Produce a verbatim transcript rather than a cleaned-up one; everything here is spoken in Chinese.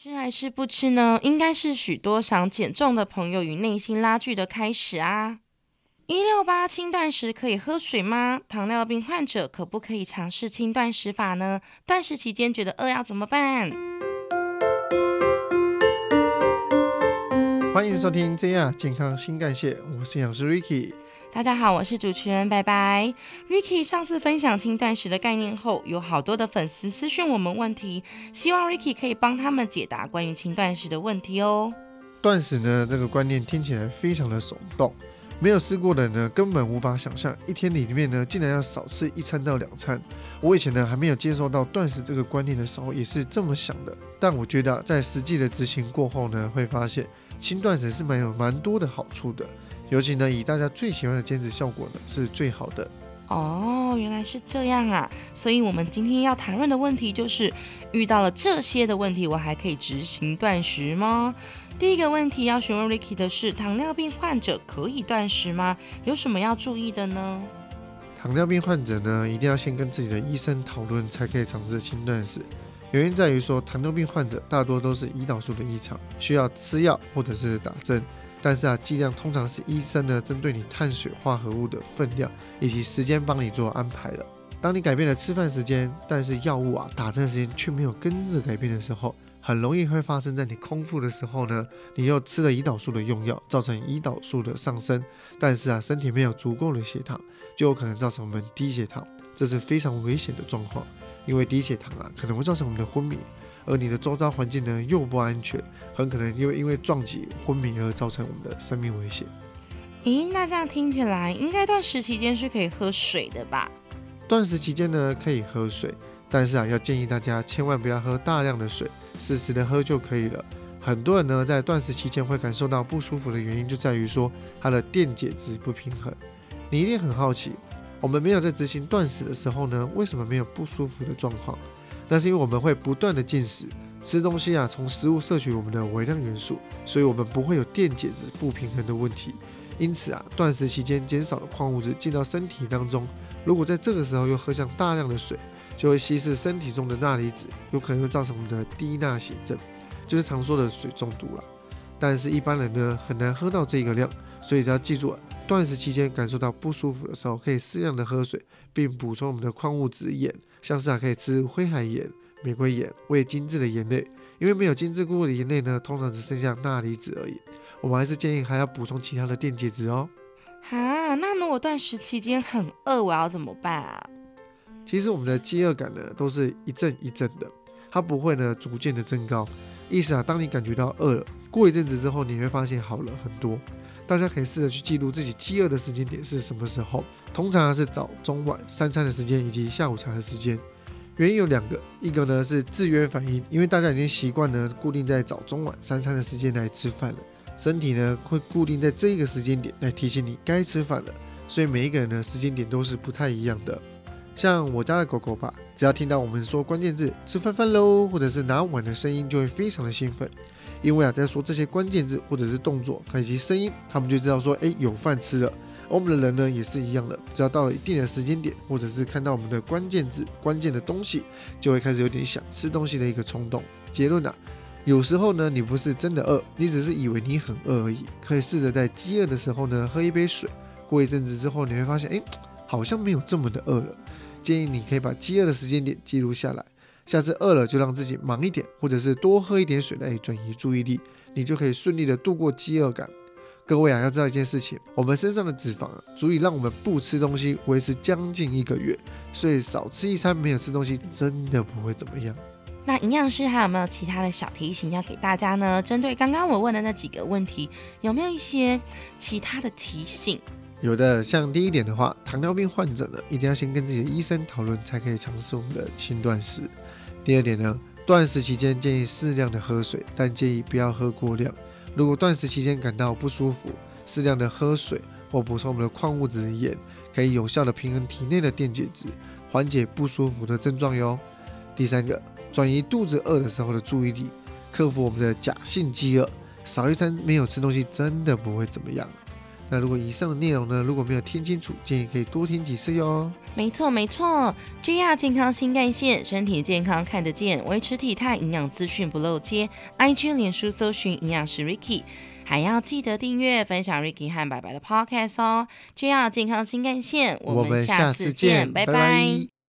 吃还是不吃呢？应该是许多想减重的朋友与内心拉锯的开始啊。一六八轻断食可以喝水吗？糖尿病患者可不可以尝试轻断食法呢？断食期间觉得饿要怎么办？ 欢迎收听 J R 健康新干线，我是营养师 Ricky。 大家好，我是主持人拜拜。Ricky 上次分享轻断食的概念后，有好多的粉丝私讯我们问题，希望 Ricky 可以帮他们解答关于轻断食的问题哦。 断食呢，这个观念听起来非常的耸动，没有试过的人呢，根本无法想象一天里面呢，竟然要少吃一餐到两餐。我以前呢，还没有接受到断食这个观念的时候，也是这么想的。但我觉得、啊、在实际的执行过后呢，会发现轻断食是蛮有蛮多的好处的。尤其呢，以大家最喜欢的减脂效果呢，是最好的。 哦，原来是这样啊！所以我们今天要谈论的问题就是，遇到了这些的问题，我还可以执行断食吗？第一个问题要询问 Ricky 的是，糖尿病患者可以断食吗？有什么要注意的呢？ 糖尿病患者呢，一定要先跟自己的医生讨论，才可以尝试轻断食。原因在于说，糖尿病患者大多都是胰岛素的异常，需要吃药或者是打针。但是啊，剂量通常是医生呢针对你碳水化合物的分量以及时间帮你做安排了。当你改变了吃饭时间，但是药物啊打针的时间却没有跟着改变的时候，很容易会发生在你空腹的时候呢，你又吃了胰岛素的用药，造成胰岛素的上升，但是啊身体没有足够的血糖，就有可能造成我们低血糖，这是非常危险的状况。因为低血糖啊可能会造成我们的昏迷，而你的周遭环境呢又不安全，很可能又因为撞击昏迷而造成我们的生命危险。 咦，那这样听起来，应该断食期间是可以喝水的吧？ 断食期间呢可以喝水，但是啊要建议大家千万不要喝大量的水，适时的喝就可以了。很多人呢在断食期间会感受到不舒服的原因，就在于说它的电解质不平衡。你一定很好奇，我们没有在执行断食的时候呢，为什么没有不舒服的状况？那是因为我们会不断的进食，吃东西啊，从食物摄取我们的微量元素，所以我们不会有电解质不平衡的问题。因此啊，断食期间减少的矿物质进到身体当中，如果在这个时候又喝上大量的水，就会稀释身体中的钠离子，有可能会造成我们的低钠血症，就是常说的水中毒了。但是一般人呢很难喝到这个量，所以只要记住，断食期间感受到不舒服的时候，可以适量的喝水，并补充我们的矿物质盐，像是啊可以吃灰海盐、玫瑰盐、未精制的盐类，因为没有精制过的盐类呢，通常只剩下钠离子而已。我们还是建议还要补充其他的电解质哦。 哈，那如果断食期间很饿，我要怎么办啊？ 其实我们的饥饿感呢，都是一阵一阵的，它不会呢逐渐的增高。意思啊，当你感觉到饿了，过一阵子之后，你会发现好了很多。大家可以试着去记录自己饥饿的时间点是什么时候，通常是早、中、晚三餐的时间以及下午茶的时间。原因有两个，一个呢是制约反应，因为大家已经习惯呢固定在早、中、晚三餐的时间来吃饭了，身体呢会固定在这一个时间点来提醒你该吃饭了，所以每一个人的时间点都是不太一样的。像我家的狗狗吧，只要听到我们说关键字吃饭饭喽，或者是拿碗的声音，就会非常的兴奋。因为啊，在说这些关键字或者是动作以及声音，他们就知道说，哎，有饭吃了。而我们的人呢，也是一样的，只要到了一定的时间点，或者是看到我们的关键字、关键的东西，就会开始有点想吃东西的一个冲动。结论啊，有时候呢，你不是真的饿，你只是以为你很饿而已。可以试着在饥饿的时候呢，喝一杯水，过一阵子之后，你会发现，哎，好像没有这么的饿了。建议你可以把饥饿的时间点记录下来。下次饿了就让自己忙一点，或者是多喝一点水来转移注意力，你就可以顺利的度过饥饿感。各位啊，要知道一件事情，我们身上的脂肪啊，足以让我们不吃东西维持将近一个月，所以少吃一餐没有吃东西真的不会怎么样。 那营养师还有没有其他的小提醒要给大家呢？针对刚刚我问的那几个问题，有没有一些其他的提醒？ 有的，像第一点的话，糖尿病患者呢，一定要先跟自己的医生讨论，才可以尝试我们的轻断食。第二点呢，断食期间建议适量的喝水，但建议不要喝过量。如果断食期间感到不舒服，适量的喝水或补充我们的矿物质盐，可以有效的平衡体内的电解质，缓解不舒服的症状哟。第三个，转移肚子饿的时候的注意力，克服我们的假性饥饿，少一餐没有吃东西真的不会怎么样。 那如果以上的内容呢，如果没有听清楚，建议可以多听几次哟。 没错没错 ，J R 健康新干线，身体健康看得见，维持体态营养资讯不漏接。I G 脸书搜寻营养师 Ricky， 还要记得订阅分享 Ricky 和白白的 Podcast 哦。J R 健康新干线，我们下次见，拜拜。拜拜。